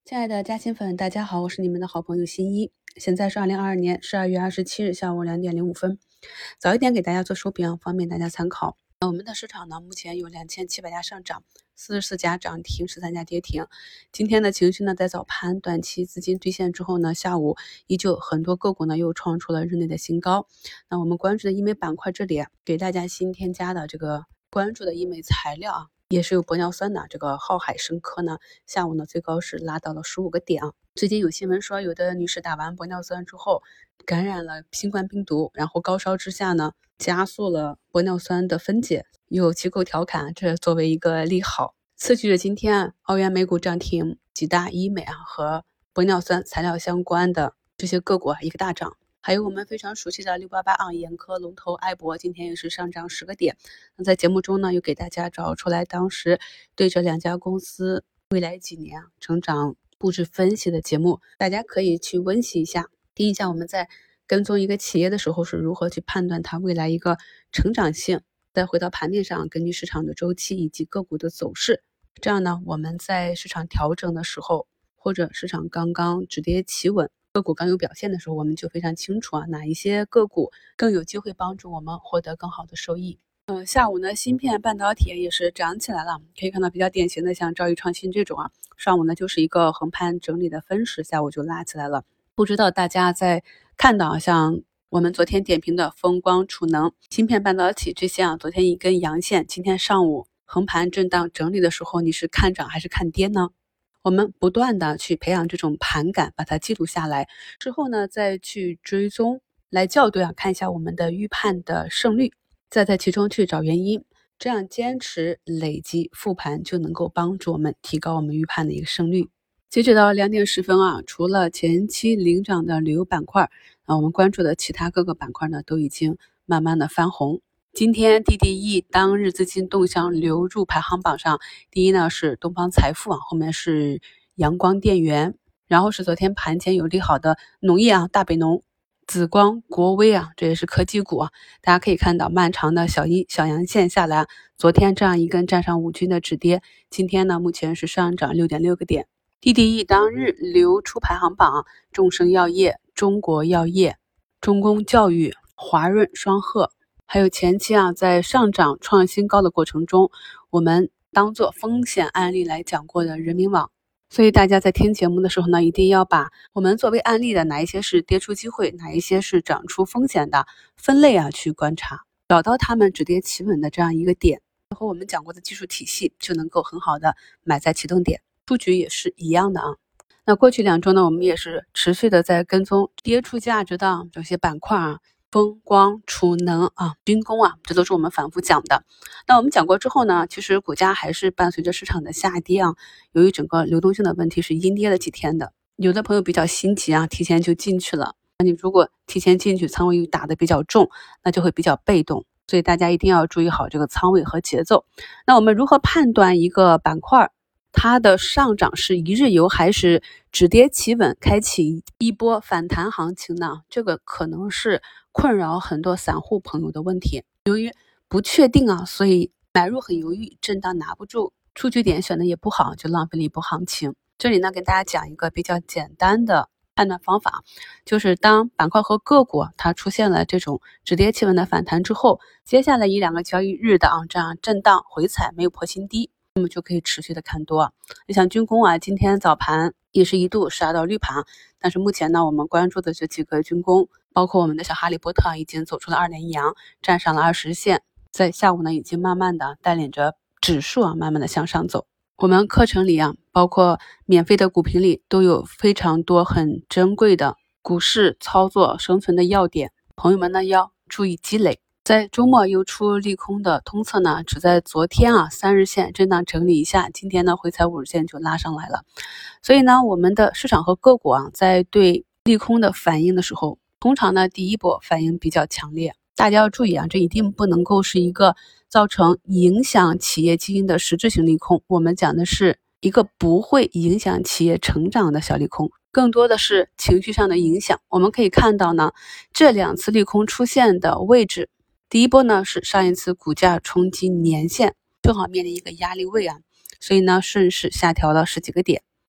亲爱的嘉兴粉，大家好，我是你们的好朋友新一。现在是2022年12月27日下午2点05分，早一点给大家做手笔，方便大家参考。我们的市场呢，目前有2700家上涨，44家涨停，13家跌停。今天的情绪呢，在早盘短期资金兑现之后呢，下午依旧很多个股呢又创出了日内的新高。那我们关注的医美板块这里，给大家新添加的这个关注的医美材料也是有玻尿酸的，这个浩海生科呢，下午呢最高是拉到了15个点。最近有新闻说，有的女士打完玻尿酸之后感染了新冠病毒，然后高烧之下呢，加速了玻尿酸的分解。有机构调侃，这作为一个利好。刺激着今天澳元美股涨停，几大医美和玻尿酸材料相关的这些个股一个大涨。还有我们非常熟悉的688眼科龙头爱博，今天也是上涨10个点。那在节目中呢，又给大家找出来当时对这两家公司未来几年成长布置分析的节目，大家可以去温习一下，听一下我们在跟踪一个企业的时候是如何去判断它未来一个成长性。再回到盘面上，根据市场的周期以及个股的走势，这样呢，我们在市场调整的时候，或者市场刚刚止跌企稳，个股刚有表现的时候，我们就非常清楚哪一些个股更有机会帮助我们获得更好的收益。下午呢，芯片半导体也是涨起来了，可以看到比较典型的像兆易创新这种上午呢就是一个横盘整理的分时，下午就拉起来了。不知道大家在看到像我们昨天点评的风光储能、芯片半导体这些昨天一根阳线，今天上午横盘震荡整理的时候，你是看涨还是看跌呢？我们不断的去培养这种盘感，把它记录下来之后呢，再去追踪来校对看一下我们的预判的胜率，再在其中去找原因，这样坚持累积复盘就能够帮助我们提高我们预判的一个胜率。截止到2点10分除了前期领涨的旅游板块我们关注的其他各个板块呢都已经慢慢的翻红。今天 DDE 当日资金动向流入排行榜上，第一呢是东方财富后面是阳光电源，然后是昨天盘前有利好的农业大北农、紫光、国威这也是科技股大家可以看到漫长的小阳线下来，昨天这样一根站上5均的止跌，今天呢目前是上涨 6.6 个点。DDE 当日流出排行榜，众生药业、中国药业、中公教育、华润双鹤，还有前期在上涨创新高的过程中，我们当做风险案例来讲过的人民网。所以大家在听节目的时候呢，一定要把我们作为案例的哪一些是跌出机会，哪一些是涨出风险的分类去观察，找到他们止跌企稳的这样一个点，和我们讲过的技术体系就能够很好的买在启动点。布局也是一样的那过去2周呢，我们也是持续的在跟踪跌出价值的这些板块风光储能军工这都是我们反复讲的。那我们讲过之后呢，其实股价还是伴随着市场的下跌由于整个流动性的问题是阴跌了几天的。有的朋友比较心急提前就进去了，那你如果提前进去，仓位又打得比较重，那就会比较被动。所以大家一定要注意好这个仓位和节奏。那我们如何判断一个板块它的上涨是一日游还是止跌企稳开启一波反弹行情呢？这个可能是困扰很多散户朋友的问题。由于不确定所以买入很犹豫，震荡拿不住，出局点选的也不好，就浪费了一波行情。这里呢，跟大家讲一个比较简单的判断方法，就是当板块和个股它出现了这种止跌企稳的反弹之后，接下来1-2个交易日的这样震荡回踩没有破新低，那么就可以持续的看多。就像军工今天早盘也是一度杀到绿盘，但是目前呢，我们关注的这几个军工，包括我们的小哈利波特已经走出了2点一阳，站上了20日线，在下午呢，已经慢慢的带领着指数慢慢的向上走。我们课程里包括免费的股评里都有非常多很珍贵的股市操作生存的要点，朋友们呢要注意积累。在周末又出利空的通测呢，只在昨天3日线震荡整理一下，今天呢回踩5日线就拉上来了。所以呢，我们的市场和个股在对利空的反应的时候，通常呢第一波反应比较强烈。大家要注意这一定不能够是一个造成影响企业经营的实质性利空，我们讲的是一个不会影响企业成长的小利空，更多的是情绪上的影响。我们可以看到呢，这2次利空出现的位置，第一波呢是上一次股价冲击年线，正好面临一个压力位所以呢顺势下调了10几个点。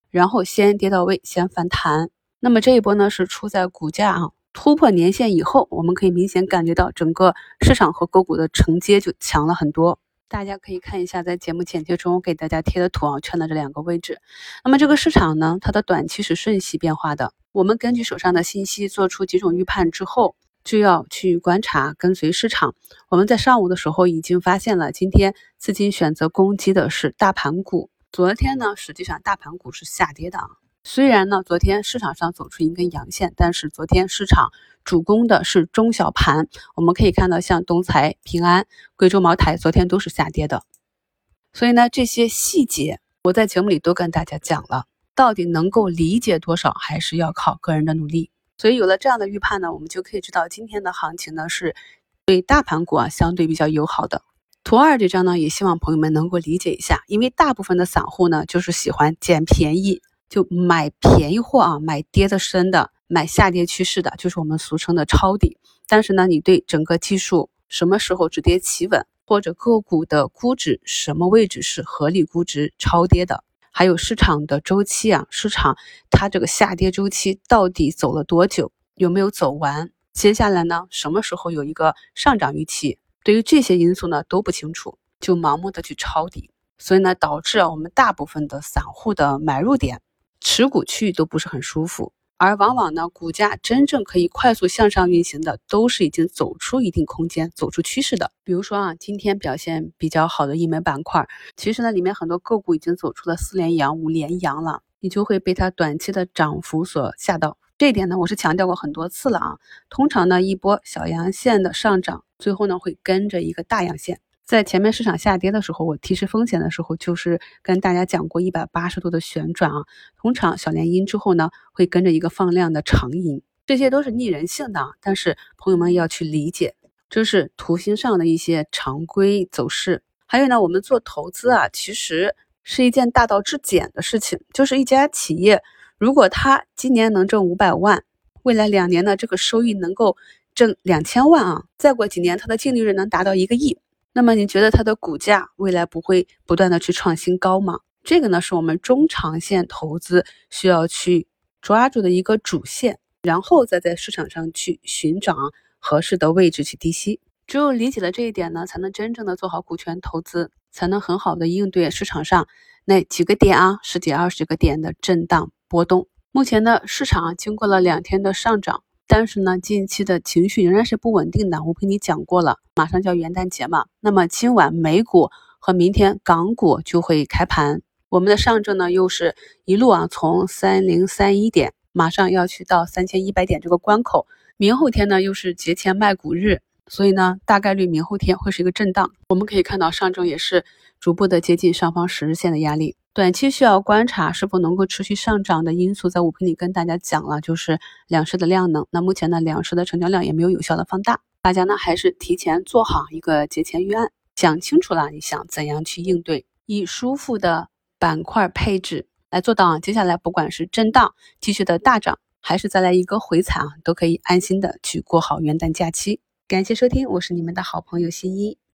然后先跌到位，先反弹。那么这一波呢是出在股价突破年线以后，我们可以明显感觉到整个市场和个股的承接就强了很多。大家可以看一下在节目简介中给大家贴的图圈的这2个位置。那么这个市场呢，它的短期是瞬息变化的，我们根据手上的信息做出几种预判之后，就要去观察跟随市场。我们在上午的时候已经发现了，今天资金选择攻击的是大盘股。昨天呢，实际上大盘股是下跌的虽然呢，昨天市场上走出一根阳线，但是昨天市场主攻的是中小盘。我们可以看到，像东财、平安、贵州茅台昨天都是下跌的。所以呢，这些细节我在节目里都跟大家讲了，到底能够理解多少，还是要靠个人的努力。所以有了这样的预判呢，我们就可以知道今天的行情呢是对大盘股相对比较友好的。图2这张呢，也希望朋友们能够理解一下，因为大部分的散户呢就是喜欢捡便宜。就买便宜货买跌的深的，买下跌趋势的，就是我们俗称的抄底。但是呢，你对整个技术什么时候止跌企稳，或者个股的估值什么位置是合理估值超跌的，还有市场的周期市场它这个下跌周期到底走了多久，有没有走完，接下来呢什么时候有一个上涨预期，对于这些因素呢都不清楚，就盲目的去抄底。所以呢，导致我们大部分的散户的买入点持股区域都不是很舒服，而往往呢，股价真正可以快速向上运行的，都是已经走出一定空间、走出趋势的。比如说今天表现比较好的医美板块，其实呢，里面很多个股已经走出了4连阳、5连阳了，你就会被它短期的涨幅所吓到。这一点呢，我是强调过很多次了通常呢，一波小阳线的上涨，最后呢，会跟着一个大阳线。在前面市场下跌的时候，我提示风险的时候，就是跟大家讲过180度的旋转通常小连阴之后呢，会跟着一个放量的长阴，这些都是逆人性的但是朋友们要去理解，这是图形上的一些常规走势。还有呢，我们做投资其实是一件大道至简的事情，就是一家企业，如果它今年能挣500万，未来2年呢，这个收益能够挣2000万再过几年它的净利润能达到1个亿。那么你觉得它的股价未来不会不断的去创新高吗？这个呢是我们中长线投资需要去抓住的一个主线，然后再在市场上去寻找合适的位置去低吸。只有理解了这一点呢，才能真正的做好股权投资，才能很好的应对市场上那几个点10几20个点的震荡波动。目前呢，市场经过了2天的上涨，但是呢，近期的情绪仍然是不稳定的。我跟你讲过了，马上就要元旦节嘛，那么今晚美股和明天港股就会开盘。我们的上证呢，又是一路从3031点，马上要去到3100点这个关口。明后天呢，又是节前卖股日，所以呢，大概率明后天会是一个震荡。我们可以看到，上证也是逐步的接近上方10日线的压力。短期需要观察是否能够持续上涨的因素，在5P里跟大家讲了，就是两市的量能。那目前呢，两市的成交量也没有有效的放大，大家呢还是提前做好一个节前预案，想清楚了你想怎样去应对，以舒服的板块配置来做到接下来不管是震荡继续的大涨，还是再来一个回踩都可以安心的去过好元旦假期。感谢收听，我是你们的好朋友新一。